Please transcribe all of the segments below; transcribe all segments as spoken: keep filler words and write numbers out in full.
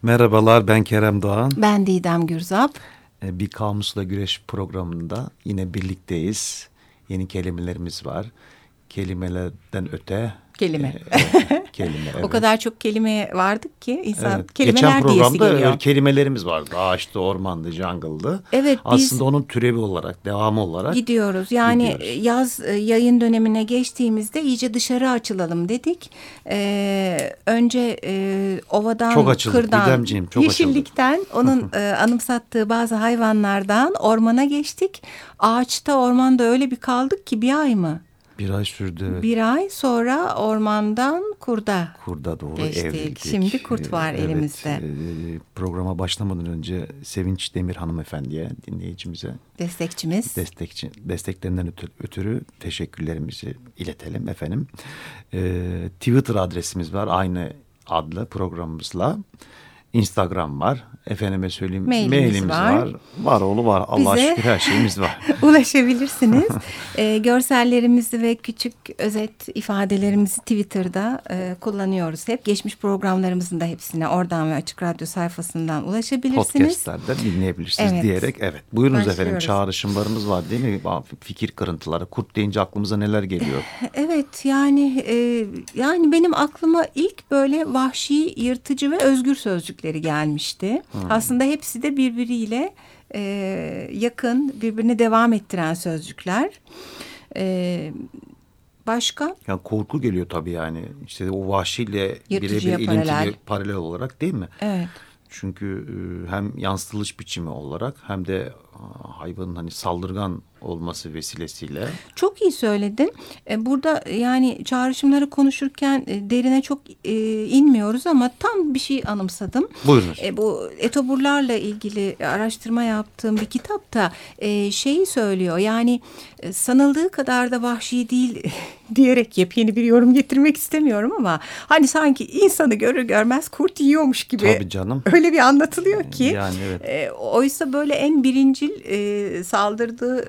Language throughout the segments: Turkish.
Merhabalar, ben Kerem Doğan. Ben Didem Gürzap. Bir Kamusla Güreş programında yine birlikteyiz. Yeni kelimelerimiz var. Kelimelerden öte. Kelime. E, kelime, evet. O kadar çok kelime vardık ki insan evet. kelimeler diyesi geliyor. Geçen kelimelerimiz vardı. Ağaçtı, ormandı, jungle'dı. Evet, aslında onun türevi olarak, devamı olarak gidiyoruz. Yani gidiyoruz. Yaz yayın dönemine geçtiğimizde iyice dışarı açılalım dedik. Ee, önce e, ovadan, çok açıldık, kırdan, Didemciğim, çok yeşillikten, açıldık. onun e, anımsattığı bazı hayvanlardan ormana geçtik. Ağaçta, ormanda öyle bir kaldık ki bir ay mı? Bir ay sürdü. Evet. Bir ay sonra ormandan kurda. Kurda doğru geçtik. evrildik. Şimdi kurt var evet, elimizde. E, programa başlamadan önce Sevinç Demir hanımefendiye, dinleyicimize, destekçimiz, destekçi, desteklerinden ötürü, ötürü teşekkürlerimizi iletelim efendim. E, Twitter adresimiz var aynı adlı programımızla. Instagram var. Efendime söyleyeyim mailimiz, mailimiz var. var. Var oğlu var. Allah'a Bize şükür her şeyimiz var. ulaşabilirsiniz. e, görsellerimizi ve küçük özet ifadelerimizi Twitter'da e, kullanıyoruz hep. Geçmiş programlarımızın da hepsine oradan ve Açık Radyo sayfasından ulaşabilirsiniz. Podcast'lerden dinleyebilirsiniz evet. diyerek. Evet. Buyurunuz Başlıyoruz. efendim. Çağrışımlarımız var değil mi? Fikir kırıntıları. Kurt deyince aklımıza neler geliyor? Evet yani e, yani benim aklıma ilk böyle vahşi, yırtıcı ve özgür sözcükleri gelmişti. Hmm. Aslında hepsi de birbiriyle e, yakın, birbirini devam ettiren sözcükler. E, başka? Yani korku geliyor tabii yani. İşte o vahşiyle Yırtıcıya birebir paralel. ilintili paralel olarak değil mi? Evet. Çünkü hem yansıtılış biçimi olarak hem de hayvanın hani saldırgan olması vesilesiyle. Çok iyi söyledin. Burada yani çağrışımları konuşurken derine çok inmiyoruz ama tam bir şey anımsadım. Buyurunuz. Bu etoburlarla ilgili araştırma yaptığım bir kitapta şeyi söylüyor. Yani sanıldığı kadar da vahşi değil diyerek yepyeni bir yorum getirmek istemiyorum ama hani sanki insanı görür görmez kurt yiyormuş gibi. Tabii canım. Öyle bir anlatılıyor ki. Yani evet. Oysa böyle en birincil saldırdığı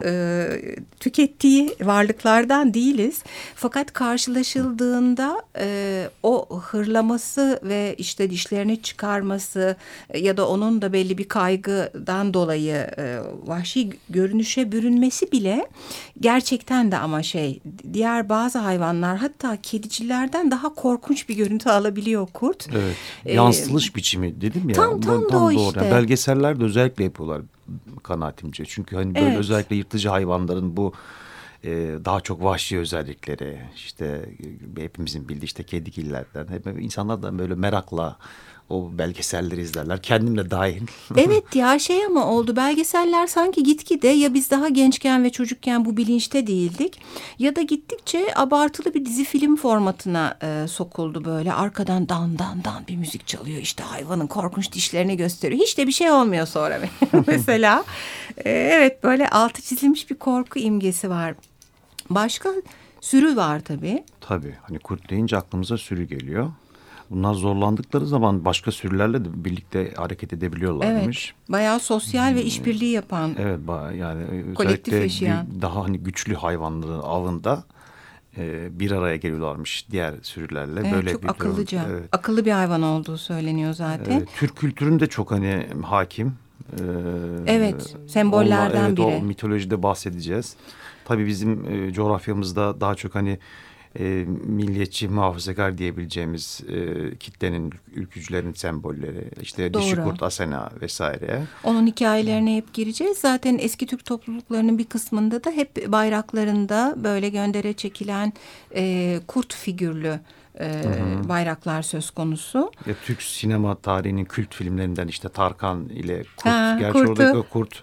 tükettiği varlıklardan değiliz. Fakat karşılaşıldığında e, o hırlaması ve işte dişlerini çıkarması ya da onun da belli bir kaygıdan dolayı e, vahşi görünüşe bürünmesi bile gerçekten de ama şey diğer bazı hayvanlar hatta kedicilerden daha korkunç bir görüntü alabiliyor kurt. Evet. Yansıtılış ee, biçimi dedim ya. Tam tam, tam da o doğru. işte. Yani belgesellerde özellikle yapıyorlar kanaatimce. Çünkü hani böyle evet. özellikle yırtıcı hayvanların bu e, daha çok vahşi özellikleri işte hepimizin bildiği işte kedigillerden hep insanlar da böyle merakla o belgeselleri izlerler. Kendim de dahil. Evet ya şey ama oldu belgeseller sanki gitgide ya biz daha gençken ve çocukken bu bilinçte değildik ya da gittikçe abartılı bir dizi film formatına e, sokuldu böyle. Arkadan dan dan dan bir müzik çalıyor işte hayvanın korkunç dişlerini gösteriyor. Hiç de bir şey olmuyor sonra mesela. E, evet böyle altı çizilmiş bir korku imgesi var. Başka sürü var tabii. Tabii hani kurt deyince aklımıza sürü geliyor. Bunlar zorlandıkları zaman başka sürülerle de birlikte hareket edebiliyorlarmış. Evet, bayağı sosyal hmm. ve işbirliği yapan. Evet, yani kolektif yaşayan. Daha hani güçlü hayvanların avında e, bir araya geliyorlarmış diğer sürülerle. Evet, böyle çok bir akıllıca. Durum. Evet. Akıllı bir hayvan olduğu söyleniyor zaten. Evet, Türk kültüründe çok hani hakim. Ee, evet, sembollerden onunla, evet, biri. O mitolojide bahsedeceğiz. Tabii bizim e, coğrafyamızda daha çok hani E, milliyetçi, muhafazakar diyebileceğimiz e, kitlenin, ülkücülerin sembolleri. İşte Doğru. Dişi Kurt, Asena vesaire. Onun hikayelerine hep gireceğiz. Zaten eski Türk topluluklarının bir kısmında da hep bayraklarında böyle göndere çekilen e, kurt figürlü e, hı hı. bayraklar söz konusu. Ya, Türk sinema tarihinin kült filmlerinden işte Tarkan ile Kurt. Ha, Gerçi kurtu. oradaki Kurt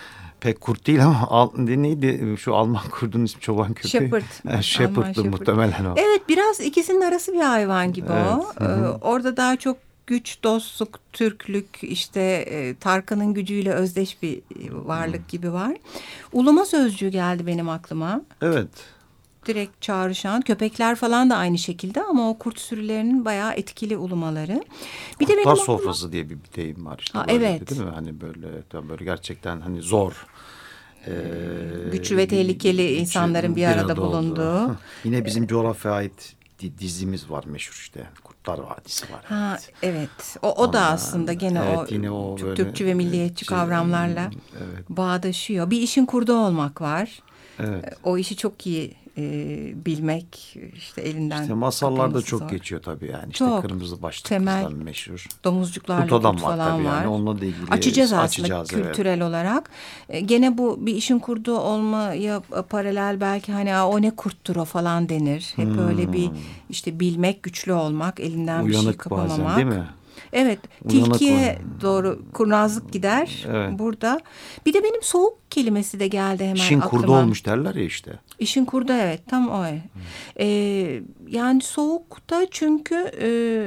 pek kurt değil ama al, neydi şu Alman kurdun ismi çoban köpeği? Shepherd. Shepherd'dı muhtemelen o. Evet biraz ikisinin arası bir hayvan gibi evet. o. Ee, orada daha çok güç, dostluk, Türklük işte e, Tarkan'ın gücüyle özdeş bir varlık hı. gibi var. Uluma sözcüğü geldi benim aklıma. Evet. Direkt çağrışan köpekler falan da aynı şekilde ama o kurt sürülerinin bayağı etkili ulumaları. Bir Kurtlar de benim sofrası aklıma... diye bir deyim var işte. Ha, evet. Değil mi? Hani böyle böyle gerçekten hani zor. Ee, güçlü ve tehlikeli güçlü, insanların bir, bir arada bulunduğu. Yine bizim coğrafyaya ait dizimiz var meşhur işte. Kurtlar Vadisi var. Ha, evet. O, o Ama, da aslında gene evet, o, yine o çok böyle, Türkçü ve milliyetçi şey, kavramlarla evet. bağdaşıyor. Bir işin kurdu olmak var. Evet. O işi çok iyi e, bilmek, işte elinden. İşte masallarda çok zor. geçiyor tabii yani. İşte çok. Kırmızı Başlı Temel. Kızlar meşhur. Domuzcuklarla Kurt Adam kurt var falan tabii var. yani. Onunla da ilgili açacağız aslında açacağız, kültürel evet. olarak. E, gene bu bir işin kurdu olmaya paralel belki hani o ne kurttur o falan denir. Hep hmm. öyle bir işte bilmek, güçlü olmak, elinden Uyanık bir şey kapamamak. bazen, değil mi? Evet, Uyanık tilkiye var. doğru kurnazlık gider evet. burada. Bir de benim soğuk kelimesi de geldi hemen İşin aklıma. kurdu olmuş derler ya işte. İşin kurdu, evet, tam o. Hmm. Ee, yani soğukta çünkü e,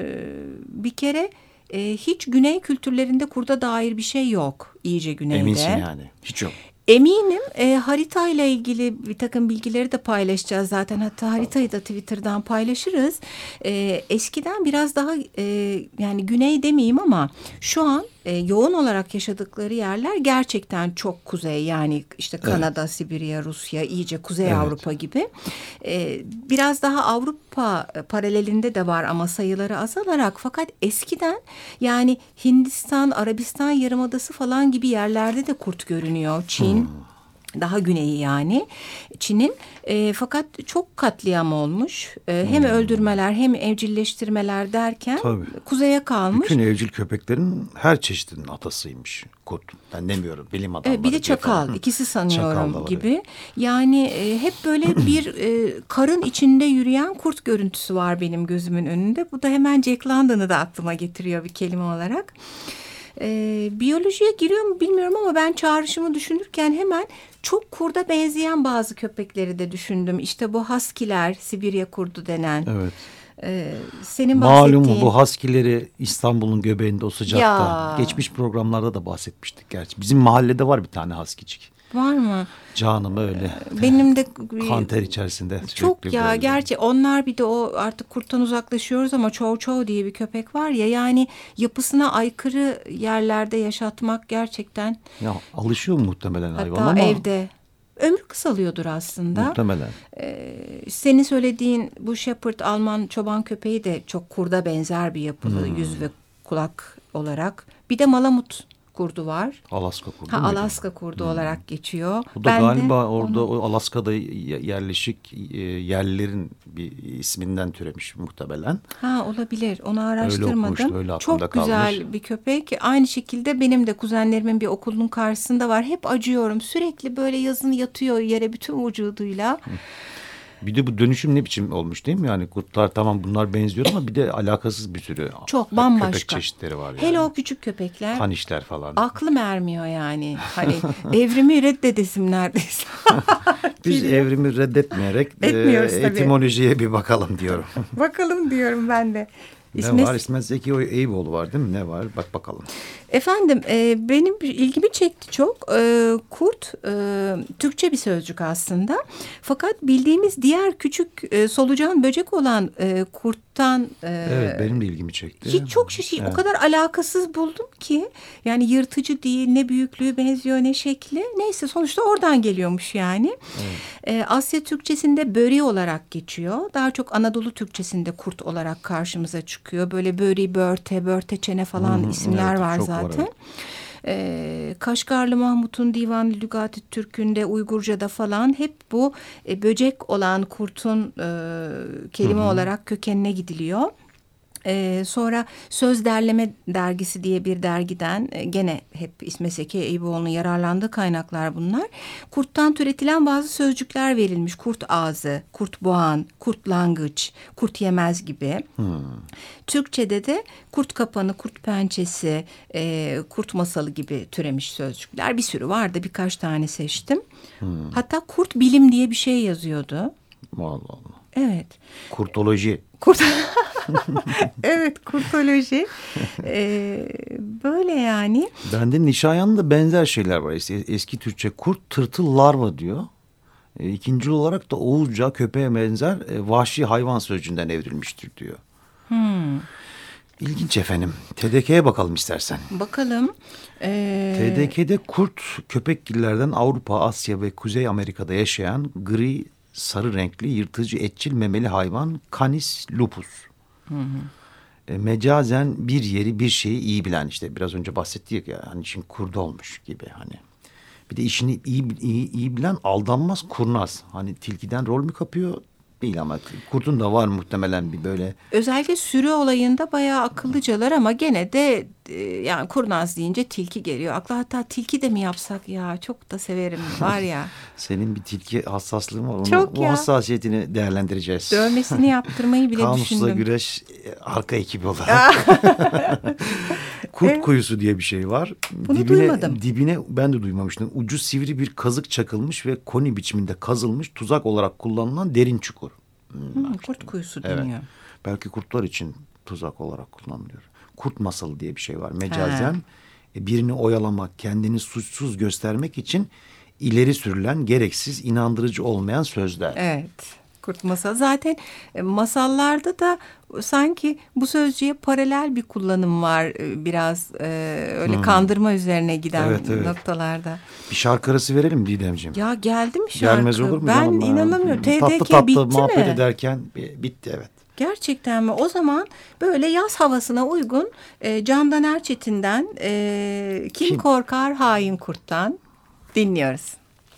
bir kere e, hiç güney kültürlerinde kurda dair bir şey yok, iyice güneyde. Eminsin yani, hiç yok. Eminim. E, haritayla ilgili bir takım bilgileri de paylaşacağız zaten. Hatta haritayı da Twitter'dan paylaşırız. E, eskiden biraz daha e, yani güney demeyeyim ama şu an e, yoğun olarak yaşadıkları yerler gerçekten çok kuzey. Yani işte Kanada, evet. Sibirya, Rusya, iyice Kuzey evet. Avrupa gibi. E, biraz daha Avrupa paralelinde de var ama sayıları azalarak. Fakat eskiden yani Hindistan, Arabistan Yarımadası falan gibi yerlerde de kurt görünüyor. Çin. Hmm. Daha güneyi yani Çin'in e, fakat çok katliam olmuş. E, hem hmm. öldürmeler hem evcilleştirmeler derken Tabii. kuzeye kalmış. Bütün evcil köpeklerin her çeşidinin atasıymış kurt. Ben demiyorum, bilim adamları. E, bir de çakal falan. ikisi sanıyorum gibi. Yani e, hep böyle bir e, karın içinde yürüyen kurt görüntüsü var benim gözümün önünde. Bu da hemen Jack London'ı da aklıma getiriyor bir kelime olarak. E, biyolojiye giriyor mu bilmiyorum ama ben çağrışımı düşünürken hemen çok kurda benzeyen bazı köpekleri de düşündüm. İşte bu husky'ler, Sibirya kurdu denen. Evet. Ee, senin bahsettiğin. Malum bu husky'leri İstanbul'un göbeğinde o sıcakta. Ya. Geçmiş programlarda da bahsetmiştik gerçi. Bizim mahallede var bir tane husky'cik. Var mı? Canım öyle. Benim de kan ter içerisinde. Çok ya böyle. Gerçi onlar bir de o artık kurttan uzaklaşıyoruz ama Chow Chow diye bir köpek var ya, yani yapısına aykırı yerlerde yaşatmak gerçekten. Ya alışıyor muhtemelen hayvan hatta ama. Hatta evde. Ömür kısalıyordur aslında. Muhtemelen. Ee, senin söylediğin bu Shepherd Alman çoban köpeği de çok kurda benzer bir yapılı hmm. yüz ve kulak olarak. Bir de Malamut kurdu var. Alaska kurdu. Ha, Alaska kurdu hmm. olarak geçiyor. Bu da ben galiba orada onu... o Alaska'da yerleşik yerlilerin bir isminden türemiş muhtemelen. Ha, olabilir. Onu araştırmadım. Öyle okumuştu, öyle çok güzel kalmış. Bir köpek. Aynı şekilde benim de kuzenlerimin bir okulun karşısında var. Hep acıyorum. Sürekli böyle yazın yatıyor yere bütün vücuduyla. Bir de bu dönüşüm ne biçim olmuş değil mi? Yani kurtlar tamam bunlar benziyor ama bir de alakasız bir sürü çok bambaşka köpek çeşitleri var. Yani. Hele o küçük köpekler. Kanişler falan. Aklım ermiyor yani. Hani evrimi reddedesim neredeyse. Biz evrimi reddetmeyerek e, etimolojiye bir bakalım diyorum. Bakalım diyorum ben de. Ne İsmet... var? İsmet Zeki Eyüboğlu var değil mi? Ne var? Bak bakalım. Efendim e, benim ilgimi çekti çok. E, kurt e, Türkçe bir sözcük aslında. Fakat bildiğimiz diğer küçük e, solucan böcek olan e, kurttan... E, evet, benim de ilgimi çekti. Hiç çok şey, evet. O kadar alakasız buldum ki. Yani yırtıcı değil, ne büyüklüğü benziyor ne şekli. Neyse sonuçta oradan geliyormuş yani. Evet. E, Asya Türkçesinde böri olarak geçiyor. Daha çok Anadolu Türkçesinde kurt olarak karşımıza çıkıyor. Böyle böri, börte, börte çene falan hmm, isimler evet, var zaten. Var, evet. Ee, Kaşgarlı Mahmut'un Divan-ı Lügat-ı Türk'ünde, Uygurca'da falan hep bu e, böcek olan kurtun e, kelime hı hı. olarak kökenine gidiliyor. Ee, sonra Söz Derleme Dergisi diye bir dergiden e, gene hep İsmet Zeki Eyüboğlu'nun yararlandığı kaynaklar bunlar. Kurttan türetilen bazı sözcükler verilmiş. Kurt ağzı, kurt boğan, kurt langıç, kurt yemez gibi. Hmm. Türkçe'de de kurt kapanı, kurt pençesi, e, kurt masalı gibi türemiş sözcükler. Bir sürü vardı, birkaç tane seçtim. Hmm. Hatta kurt bilim diye bir şey yazıyordu. Allah Allah. Evet. Kurtoloji. Kurt evet, kurtoloji. Ee, böyle yani. Bende Nişanyan'da benzer şeyler var. Eski, eski Türkçe kurt tırtıl larva diyor. E, ikinci olarak da Oğuzca köpeğe benzer e, vahşi hayvan sözcüğünden evrilmiştir diyor. Hmm. İlginç efendim. T D K'ye bakalım istersen. Bakalım. Ee... T D K'de kurt köpekgillerden Avrupa, Asya ve Kuzey Amerika'da yaşayan gri, sarı renkli, yırtıcı, etçil memeli hayvan Canis lupus. Hı hı. E, mecazen bir yeri, bir şeyi iyi bilen, işte biraz önce bahsettik ya, hani işin kurdu olmuş gibi hani. Bir de işini iyi, iyi, iyi bilen aldanmaz, kurnaz. Hani tilkiden rol mü kapıyor? Değil ama kurdun da var muhtemelen bir böyle. Özellikle sürü olayında bayağı akıllıcalar ama gene de e, yani kurnaz deyince tilki geliyor akla. Hatta tilki de mi yapsak ya, çok da severim var ya. Senin bir tilki hassaslığın var. Onu, çok o ya. hassasiyetini değerlendireceğiz. Dövmesini yaptırmayı bile Kamusla düşündüm. Güreş arka ekibi olarak. Kurt evet. Kuyusu diye bir şey var. Bunu dibine, duymadım. Dibine ben de duymamıştım. Ucu sivri bir kazık çakılmış ve koni biçiminde kazılmış, tuzak olarak kullanılan derin çukur. Hmm, hmm, kurt kuyusu deniyor. Evet. Belki kurtlar için tuzak olarak kullanılıyor. Kurt masalı diye bir şey var. Mecazen He. birini oyalamak, kendini suçsuz göstermek için ileri sürülen, gereksiz, inandırıcı olmayan sözler. Evet. Kurt masal. Zaten masallarda da sanki bu sözcüğe paralel bir kullanım var. Biraz e, öyle hmm. kandırma üzerine giden evet, evet. noktalarda. Bir şarkı arası verelim Didemciğim. Ya geldi mi şarkı? Gelmez olur mu? Ben Canım inanamıyorum. T D K tatlı tatlı bitti muhabbet mi? ederken bitti evet. Gerçekten mi? O zaman böyle yaz havasına uygun e, Candan Erçetin'den e, Kim, Kim Korkar Hain Kurt'tan dinliyoruz.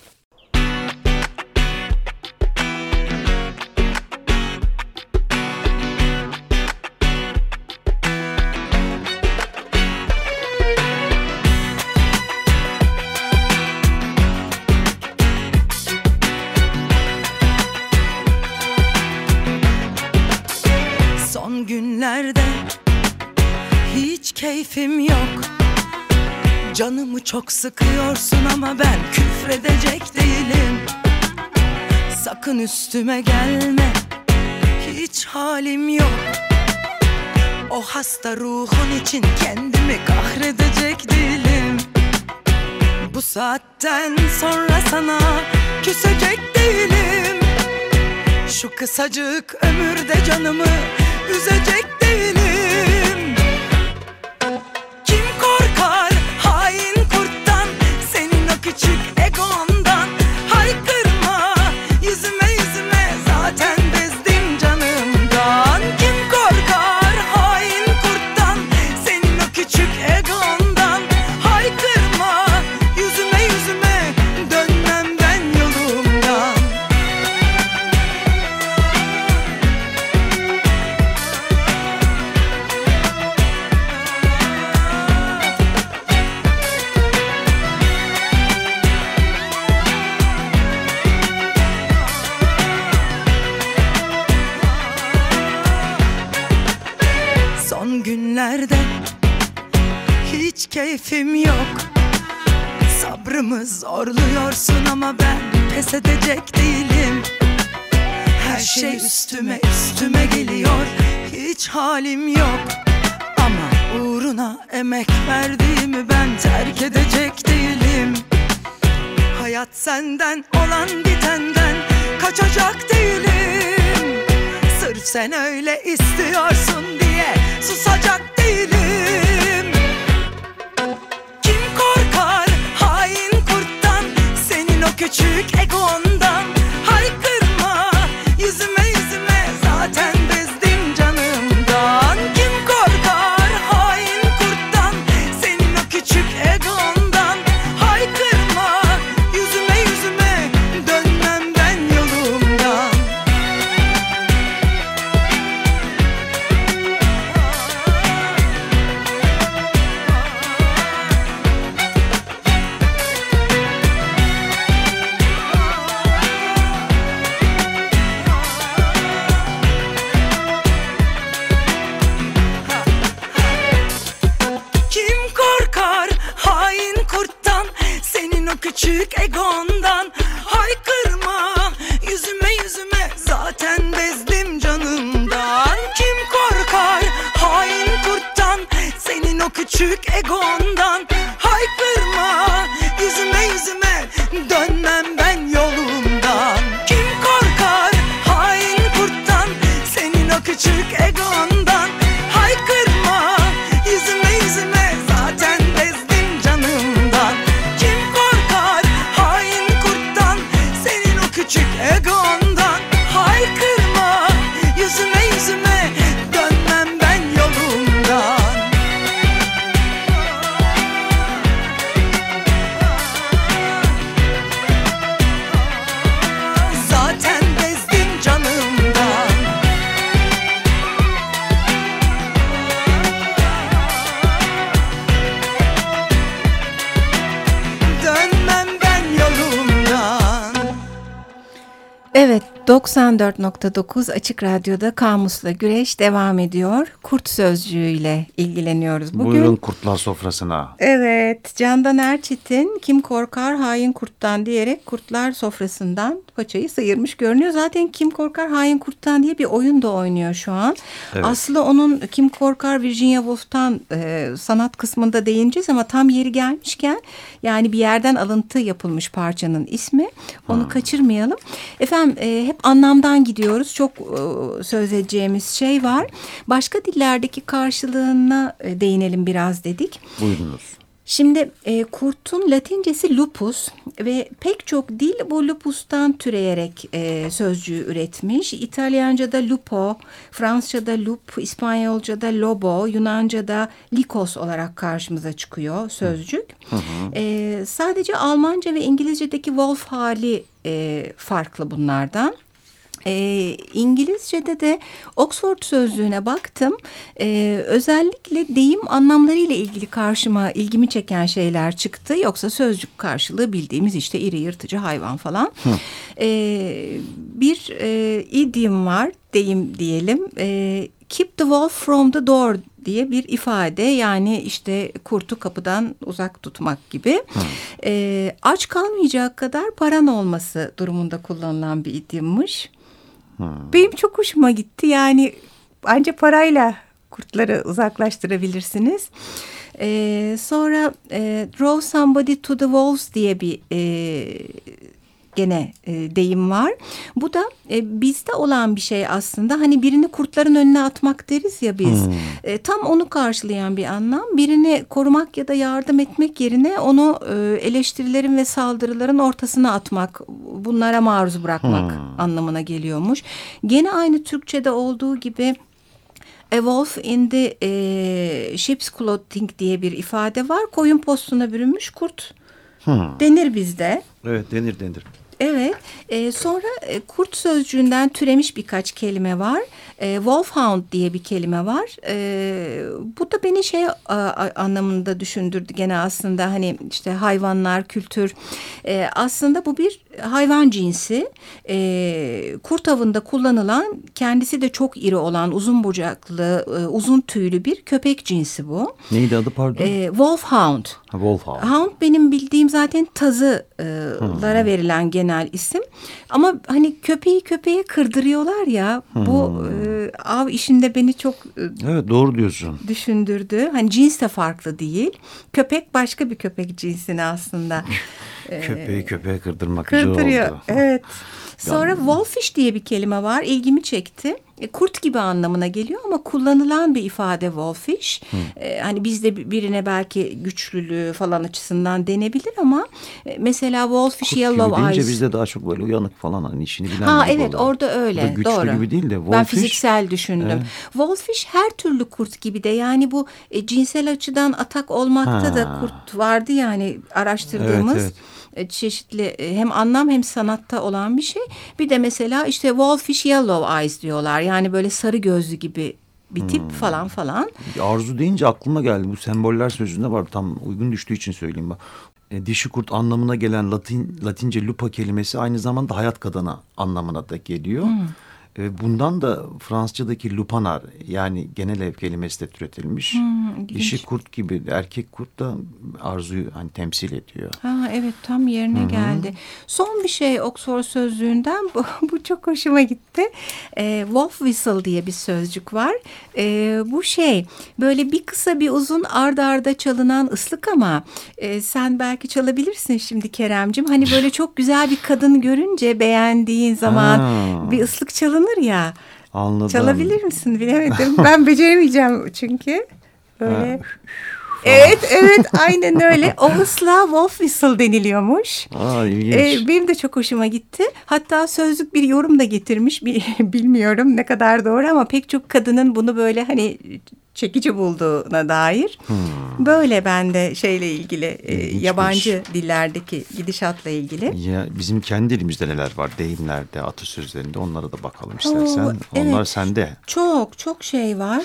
Günlerde hiç keyfim yok. Canımı çok sıkıyorsun ama ben küfredecek değilim. Sakın üstüme gelme, hiç halim yok. O hasta ruhun için kendimi kahredecek değilim. Bu saatten sonra sana küsecek değilim. Şu kısacık ömürde canımı üzecek değilim. Kim korkar hain kurttan, senin o küçük egondan? Haykırma yüzüme yüzüme, zaten bezdim canımdan. Kim korkar hain kurttan, senin o küçük egondan? Haykırma yüzüme yüzüme, dönmem ben yolumdan. Son günlerde hiç keyfim yok. Sabrımı zorluyorsun ama ben pes edecek değilim. Her şey üstüme üstüme geliyor, hiç halim yok. Ama uğruna emek verdiğimi ben terk edecek değilim. Hayat senden olan bitenden kaçacak değilim. Sırf sen öyle istiyorsun diye susacak değilim. Kim korkar hain kurttan, senin o küçük egondan? Haykırma yüzüme yüzüme, zaten bezdim canımdan. Kim korkar hain kurttan, senin o küçük egondan? Haykırma yüzüme yüzüme, dönmem ben yolumdan. Kim korkar hain kurttan, senin o küçük egondan? Haykırma yüzüme yüzüme, zaten bezdim canımdan. Kim korkar hain kurttan, senin o küçük egondan? Haykırma yüzüme yüzüme, dönmem ben yolumdan. Kim korkar hain kurttan, senin o küçük egondan? Haykırma yüzüme yüzüme, zaten bezdim canımdan. Kim korkar hain kurttan, senin o küçük egondan? Haykırma yüzüme yüzüme, dönmem ben yolumdan. doksan dört nokta dokuz Açık Radyo'da Kamus'la Güreş devam ediyor. Kurt sözcüğüyle ilgileniyoruz bugün. Buyurun kurtlar sofrasına. Evet, Candan Erçetin kim korkar hain kurttan diyerek kurtlar sofrasından paçayı sıyırmış görünüyor. Zaten Kim Korkar Hain Kurttan diye bir oyun da oynuyor şu an. Evet. Aslında onun Kim Korkar Virginia Woolf'tan e, sanat kısmında değineceğiz ama tam yeri gelmişken yani bir yerden alıntı yapılmış parçanın ismi. Onu hmm. kaçırmayalım. Efendim e, hep anlamdan gidiyoruz. Çok e, söz edeceğimiz şey var. Başka dillerdeki karşılığına e, değinelim biraz dedik. Buyurunuz. Şimdi e, kurtun Latincesi lupus ve pek çok dil bu lupustan türeyerek e, sözcüğü üretmiş. İtalyanca'da lupo, Fransızca'da lup, İspanyolca'da lobo, Yunanca'da likos olarak karşımıza çıkıyor sözcük. Hı hı. E, sadece Almanca ve İngilizce'deki wolf hali e, farklı bunlardan. E, İngilizce'de de Oxford sözlüğüne baktım. E, özellikle deyim anlamlarıyla ilgili karşıma ilgimi çeken şeyler çıktı. Yoksa sözcük karşılığı bildiğimiz işte iri yırtıcı hayvan falan. E, bir e, idiom var, deyim diyelim. E, keep the wolf from the door diye bir ifade, yani işte kurtu kapıdan uzak tutmak gibi. E, aç kalmayacak kadar paran olması durumunda kullanılan bir idiommuş. Hmm. Benim çok hoşuma gitti. Yani ancak parayla kurtları uzaklaştırabilirsiniz. Ee, sonra e, draw somebody to the wolves diye bir e, gene e, deyim var. Bu da e, bizde olan bir şey aslında. Hani birini kurtların önüne atmak deriz ya biz. Hmm. E, tam onu karşılayan bir anlam. Birini korumak ya da yardım etmek yerine onu e, eleştirilerin ve saldırıların ortasına atmak, bunlara maruz bırakmak hmm. anlamına geliyormuş. Gene aynı Türkçe'de olduğu gibi a wolf in the e, sheep's clothing diye bir ifade var. Koyun postuna bürünmüş kurt hmm. denir bizde. Evet, denir denir. Evet, e, sonra e, kurt sözcüğünden türemiş birkaç kelime var. E, wolfhound diye bir kelime var. E, bu da beni şey a, a, anlamında düşündürdü gene aslında, hani işte hayvanlar, kültür. E, aslında bu bir hayvan cinsi. E, kurt avında kullanılan, kendisi de çok iri olan, uzun bucaklı, e, uzun tüylü bir köpek cinsi bu. Neydi adı pardon? E, wolfhound. Ha, wolfhound. Hound benim bildiğim zaten tazılara hmm. verilen genel isim. Ama hani köpeği köpeğe kırdırıyorlar ya. Hmm. Bu e, av işinde beni çok e, evet, doğru diyorsun. düşündürdü. Hani cins de farklı değil. Köpek başka bir köpek cinsini aslında. Köpeği köpeğe kırdırmak kırdırıyor. Güzel oldu. Evet. Sonra yani, wolfish diye bir kelime var. İlgimi çekti. Kurt gibi anlamına geliyor ama kullanılan bir ifade wolfish. Ee, hani bizde birine belki güçlülüğü falan açısından denebilir ama e, mesela wolfish kurt yellow eyes. Kurt bizde daha çok böyle uyanık falan, hani işini bilen. Ha evet, oluyor. Orada öyle. Orada güçlü doğru. gibi değil de wolfish. Ben fiziksel düşündüm. Evet. Wolfish her türlü kurt gibi de, yani bu e, cinsel açıdan atak olmakta ha. da kurt vardı yani araştırdığımız. Evet, evet. Çeşitli hem anlam hem sanatta olan bir şey. Bir de mesela işte wolfish yellow eyes diyorlar. Yani böyle sarı gözlü gibi bir tip hmm. falan falan. Arzu deyince aklıma geldi. Bu semboller sözünde var. Tam uygun düştüğü için söyleyeyim ben. E, dişi kurt anlamına gelen Latin, Latince lupa kelimesi aynı zamanda hayat kadını anlamına da geliyor. Hmm. Bundan da Fransızca'daki lupanar, yani genel ev kelimesi de türetilmiş. Hmm, dişi kurt gibi erkek kurt da arzuyu hani temsil ediyor. Ha, evet, tam yerine Hı-hı. geldi. Son bir şey Oxford sözlüğünden, bu, bu çok hoşuma gitti. E, wolf whistle diye bir sözcük var. E, bu şey böyle bir kısa bir uzun arda arda çalınan ıslık ama e, sen belki çalabilirsin şimdi Keremcim. Hani böyle çok güzel bir kadın görünce beğendiğin zaman ha. bir ıslık çalınır ya. Anladım. Çalabilir misin bilemedim. Ben beceremeyeceğim çünkü. Böyle. Evet evet aynen öyle. O ıslığa wolf whistle deniliyormuş. Aa, ilginç. Ee, benim de çok hoşuma gitti. Hatta sözlük bir yorum da getirmiş. Bilmiyorum ne kadar doğru ama pek çok kadının bunu böyle hani çekici bulduğuna dair. Hmm. Böyle ben de şeyle ilgili e, yabancı dillerdeki gidişatla ilgili. Ya bizim kendi dilimizde neler var, deyimlerde, atasözlerinde, onlara da bakalım istersen. Oo, evet. Onlar sende. Çok çok şey var.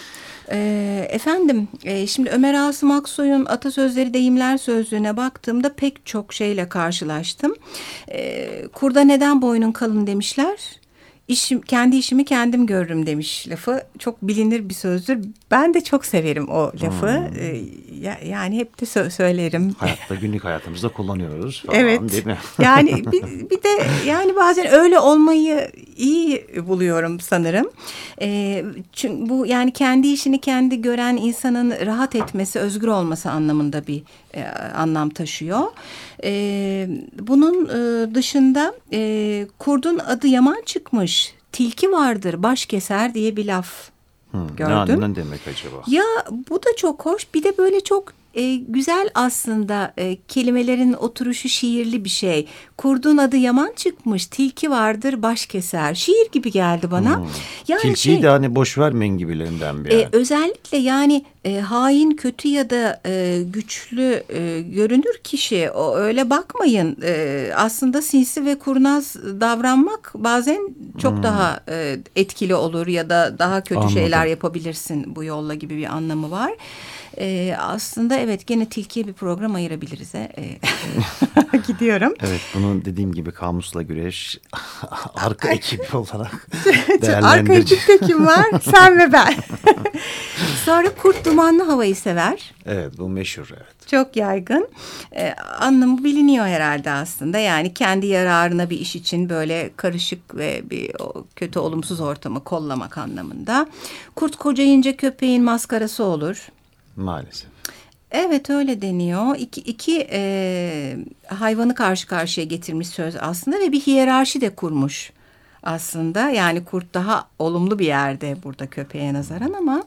Ee, efendim e, şimdi Ömer Asım Aksoy'un Atasözleri Deyimler Sözlüğü'ne baktığımda pek çok şeyle karşılaştım. Ee, kurda neden boynun kalın demişler. işim, kendi işimi kendim görürüm demiş lafı. Çok bilinir bir sözdür. Ben de çok severim o lafı. Hmm. Ee, ya, yani hep de sö- söylerim. Hayatta, günlük hayatımızda kullanıyoruz falan, evet. değil mi? Yani bir, bir de yani bazen öyle olmayı iyi buluyorum sanırım. Ee, çünkü bu yani kendi işini kendi gören insanın rahat etmesi, özgür olması anlamında bir e, anlam taşıyor. E, bunun e, dışında e, kurdun adı yaman çıkmış, tilki vardır baş keser diye bir laf hmm, gördüm. Ne, ne demek acaba? Ya bu da çok hoş. Bir de böyle çok e, güzel aslında e, kelimelerin oturuşu şiirli bir şey. Kurdun adı yaman çıkmış, tilki vardır baş keser. Şiir gibi geldi bana. Hmm. Yani Tilkiyi şey, de hani boş vermeyin gibilerinden bir. E, özellikle yani e, hain, kötü ya da e, güçlü e, görünür kişi, o öyle bakmayın. E, aslında sinsi ve kurnaz davranmak bazen çok hmm. daha e, etkili olur ya da daha kötü Anladım. şeyler yapabilirsin bu yolla gibi bir anlamı var. Ee, aslında evet, gene tilkiye bir program ayırabiliriz. He? Ee, gidiyorum. Evet, bunu dediğim gibi Kamusla Güreş arka ekibi olarak değerlendirici. Arka ekipte kim var? Sen ve ben. Sonra kurt dumanlı havayı sever. Evet, bu meşhur, evet. Çok yaygın. Ee, anlamı biliniyor herhalde aslında. Yani kendi yararına bir iş için böyle karışık ve bir o, kötü olumsuz ortamı kollamak anlamında. Kurt kocayınca köpeğin maskarası olur. Maalesef. Evet, öyle deniyor. İki, iki e, hayvanı karşı karşıya getirmiş söz aslında ve bir hiyerarşi de kurmuş aslında. Yani kurt daha olumlu bir yerde burada köpeğe nazaran ama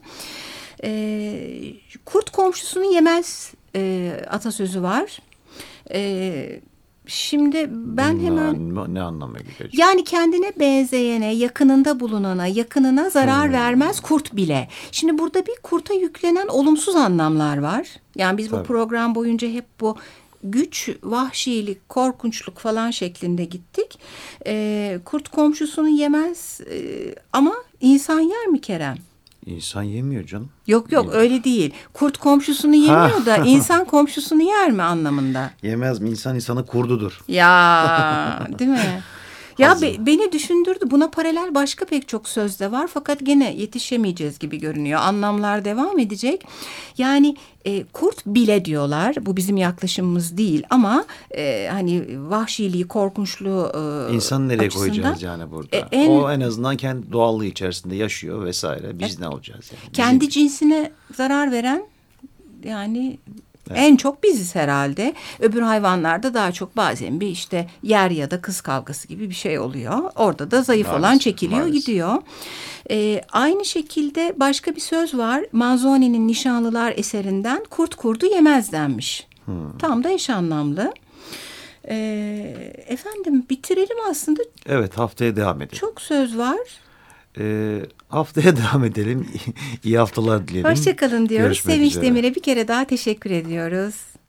e, kurt komşusunu yemez e, atasözü var. E, Şimdi ben ne, hemen... Ne anlama geliyor? Yani kendine benzeyene, yakınında bulunana, yakınına zarar hmm. vermez kurt bile. Şimdi burada bir kurta yüklenen olumsuz anlamlar var. Yani biz Tabii. bu program boyunca hep bu güç, vahşilik, korkunçluk falan şeklinde gittik. Ee, kurt komşusunu yemez ee, ama insan yer mi Kerem? İnsan yemiyor canım. Yok yok Yemiyor. Öyle değil. Kurt komşusunu yemiyor da insan komşusunu yer mi anlamında? Yemez mi? İnsan insanı kurdudur. Ya değil mi? Ya be, beni düşündürdü. Buna paralel başka pek çok söz de var. Fakat gene yetişemeyeceğiz gibi görünüyor. Anlamlar devam edecek. Yani e, kurt bile diyorlar. Bu bizim yaklaşımımız değil. Ama e, hani vahşiliği, korkunçluğu e, İnsanı nereye açısından, koyacağız yani burada? E, en, o en azından kendi doğallığı içerisinde yaşıyor vesaire. Biz e, ne olacağız yani? Kendi Bizim... cinsine zarar veren yani... Evet. En çok biziz herhalde. Öbür hayvanlarda daha çok bazen bir işte yer ya da kız kavgası gibi bir şey oluyor. Orada da zayıf maalesef, olan çekiliyor maalesef. gidiyor. Ee, aynı şekilde başka bir söz var. Manzoni'nin Nişanlılar eserinden kurt kurdu yemez denmiş. Hmm. Tam da eş anlamlı. Ee, efendim bitirelim aslında. Evet, haftaya devam edelim. Çok söz var. Ee, haftaya devam edelim. İyi haftalar dilerim. Hoşçakalın diyoruz. Görüşmek Sevinç üzere. Demir'e bir kere daha teşekkür ediyoruz.